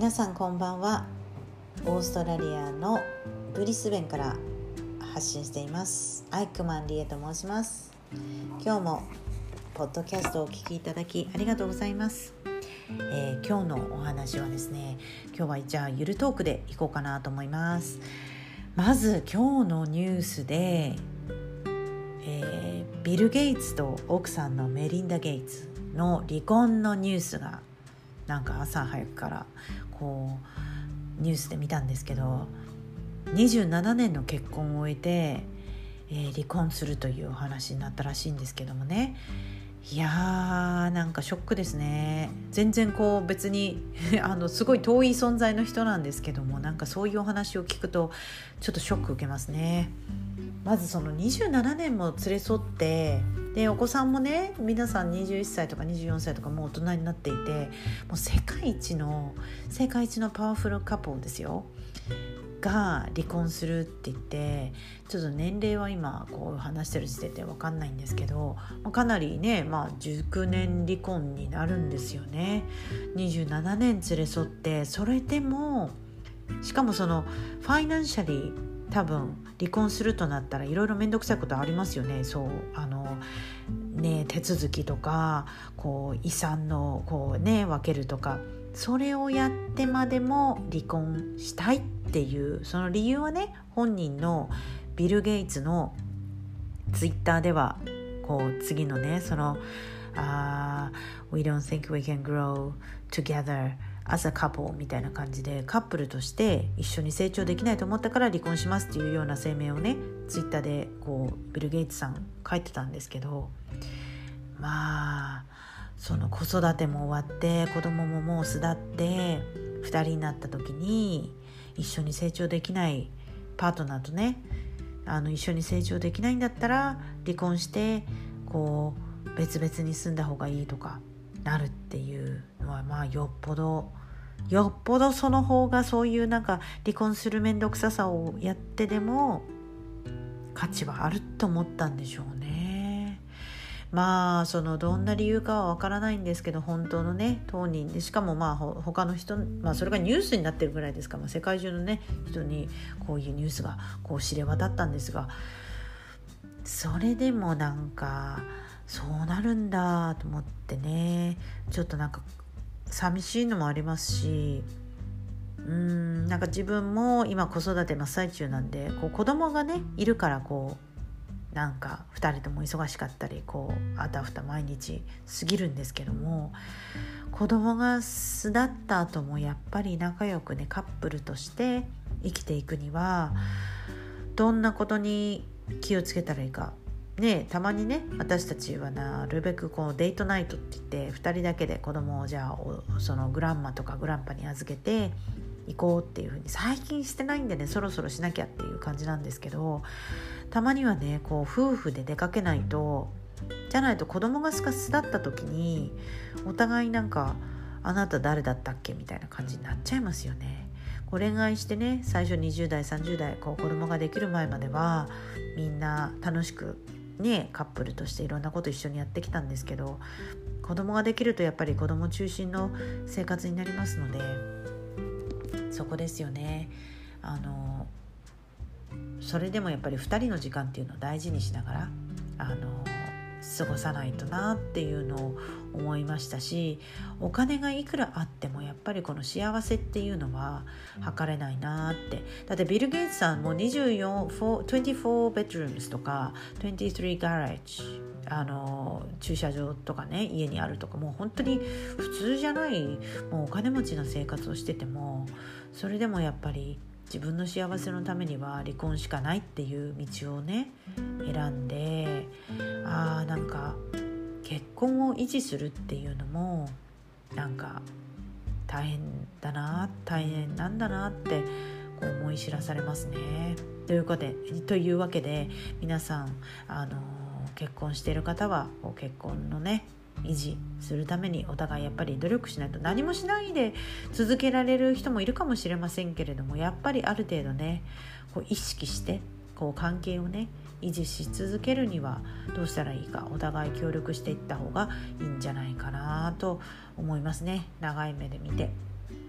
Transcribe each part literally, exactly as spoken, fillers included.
皆さんこんばんは。オーストラリアのブリスベンから発信していますアイクマンリエと申します。今日もポッドキャストをお聞きいただきありがとうございます。えー、今日のお話はですね、今日はじゃあゆるトークでいこうかなと思います。まず今日のニュースで、えー、ビル・ゲイツと奥さんのメリンダ・ゲイツの離婚のニュースがなんか朝早くからこうニュースで見たんですけど、にじゅうななねんの結婚を終えて、えー、離婚するというお話になったらしいんですけどもね、いやーなんかショックですね。全然こう別にあのすごい遠い存在の人なんですけども、なんかそういうお話を聞くとちょっとショック受けますね。まずそのにじゅうななねんも連れ添って、でお子さんもね皆さんにじゅういっさいとかにじゅうよんさいとかもう大人になっていて、もう世界一の世界一のパワフルカップルですよが離婚するって言って、ちょっと年齢は今こう話してる時点で分かんないんですけど、かなりね、まあ、熟年離婚になるんですよね。にじゅうななねん連れ添って、それでもしかもそのファイナンシャリー多分離婚するとなったらいろいろ面倒くさいことありますよね。そうあのね手続きとかこう遺産のこうね分けるとか、それをやってまでも離婚したいっていうその理由はね、本人のビル・ゲイツのツイッターではこう次のねそのあ We don't think we can grow together as a couple みたいな感じで、カップルとして一緒に成長できないと思ったから離婚しますっていうような声明をねツイッターでこうビル・ゲイツさん書いてたんですけど、まあその子育ても終わって子供ももう巣立ってふたりになった時に一緒に成長できないパートナーとねあの一緒に成長できないんだったら離婚してこう別々に住んだ方がいいとかなるっていうのは、まあよっぽどよっぽどその方がそういうなんか離婚するめんどくささをやってでも価値はあると思ったんでしょうね。まあそのどんな理由かはわからないんですけど、本当のね当人で、しかもまあ他の人、まあそれがニュースになってるぐらいですから、まあ、世界中のね人にこういうニュースがこう知れ渡ったんですが、それでもなんかそうなるんだと思ってね、ちょっとなんか寂しいのもありますし、うーんなんか自分も今子育て真っ最中なんで、こう子供がねいるからこうなんかふたりとも忙しかったりこうあたふた毎日過ぎるんですけども、子供が巣立った後もやっぱり仲良くねカップルとして生きていくにはどんなことに気をつけたらいいかね。たまにね私たちはなるべくこうデートナイトって言ってふたりだけで子供をじゃあそのグランマとかグランパに預けて行こうっていう風に最近してないんでね、そろそろしなきゃっていう感じなんですけど、たまにはねこう夫婦で出かけないと、じゃないと子供が巣立った時にお互いなんかあなた誰だったっけみたいな感じになっちゃいますよね。こう恋愛してね最初にじゅう代さんじゅう代こう子供ができる前まではみんな楽しくねカップルとしていろんなこと一緒にやってきたんですけど、子供ができるとやっぱり子供中心の生活になりますので、そこですよね。あのそれでもやっぱりふたりの時間っていうのを大事にしながらあの過ごさないとなっていうのを思いましたし、お金がいくらあってもやっぱりこの幸せっていうのは測れないなって。だってビル・ゲイツさんもにじゅうよん、にじゅうよんベッドルームスとかにじゅうさんガレージあの駐車場とかね家にあるとか、もう本当に普通じゃないもうお金持ちな生活をしてても、それでもやっぱり自分の幸せのためには離婚しかないっていう道をね選んで、あーなんか結婚を維持するっていうのもなんか大変だな大変なんだなってこう思い知らされますね。ということでというわけで皆さんあの結婚している方はこう結婚のね維持するためにお互いやっぱり努力しないと、何もしないで続けられる人もいるかもしれませんけれども、やっぱりある程度ねこう意識してこう関係をね維持し続けるにはどうしたらいいか、お互い協力していった方がいいんじゃないかなと思いますね、長い目で見て。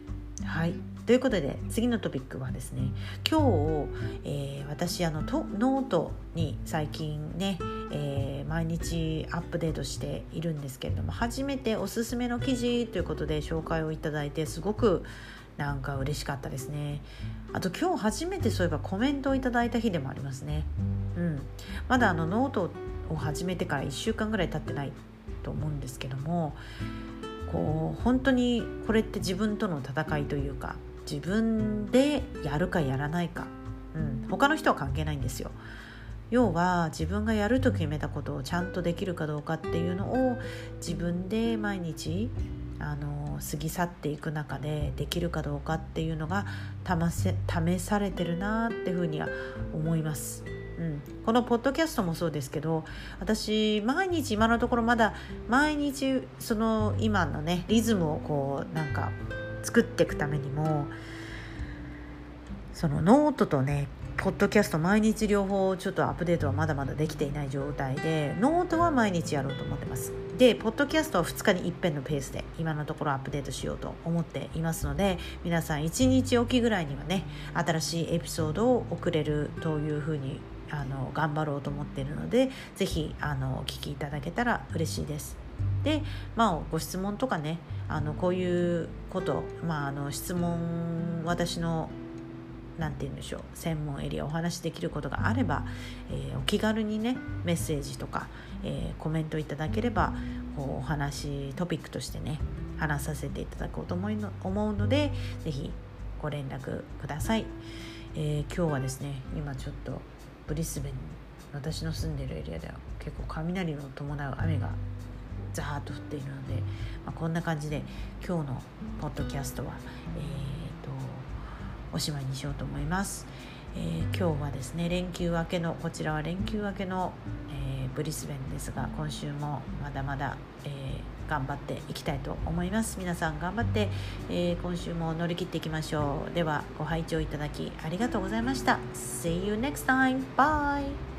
はい、ということで次のトピックはですね、今日、えー、私あのとノートに最近ね、えー、毎日アップデートしているんですけれども、初めておすすめの記事ということで紹介をいただいて、すごくなんか嬉しかったですね。あと今日初めてそういえばコメントをいただいた日でもありますね。うん、まだあのノートを始めてからいっしゅうかんぐらい経ってないと思うんですけども、こう本当にこれって自分との戦いというか、自分でやるかやらないか、うん、他の人は関係ないんですよ。要は自分がやると決めたことをちゃんとできるかどうかっていうのを自分で毎日あの過ぎ去っていく中でできるかどうかっていうのが試されてるなっていうふうには思います。うん、このポッドキャストもそうですけど、私毎日今のところまだ毎日その今のねリズムをこうなんか作っていくためにも、そのノートとねポッドキャスト毎日両方ちょっとアップデートはまだまだできていない状態で、ノートは毎日やろうと思ってます。でポッドキャストはふつかに一遍のペースで今のところアップデートしようと思っていますので、皆さんいちにちおきぐらいにはね新しいエピソードを送れるというふうにあの頑張ろうと思っているので、ぜひあのお聞きいただけたら嬉しいです。で、まあ、ご質問とかね、あのこういうこと、まあ、あの質問、私のなんて言うんでしょう、専門エリアお話しできることがあれば、えー、お気軽にねメッセージとか、えー、コメントいただければ、こうお話トピックとしてね話させていただこうと思いの思うので、ぜひご連絡ください。えー、今日はですね、今ちょっとブリスベン、私の住んでいるエリアでは結構雷の伴う雨がザーッと降っているので、まあ、こんな感じで今日のポッドキャストは、えー、とおしまいにしようと思います。えー、今日はですね連休明けのこちらは連休明けの、えー、ブリスベンですが、今週もまだまだ、えー、頑張っていきたいと思います。皆さん頑張って、えー、今週も乗り切っていきましょう。ではご拝聴いただきありがとうございました。 See you next time. Bye.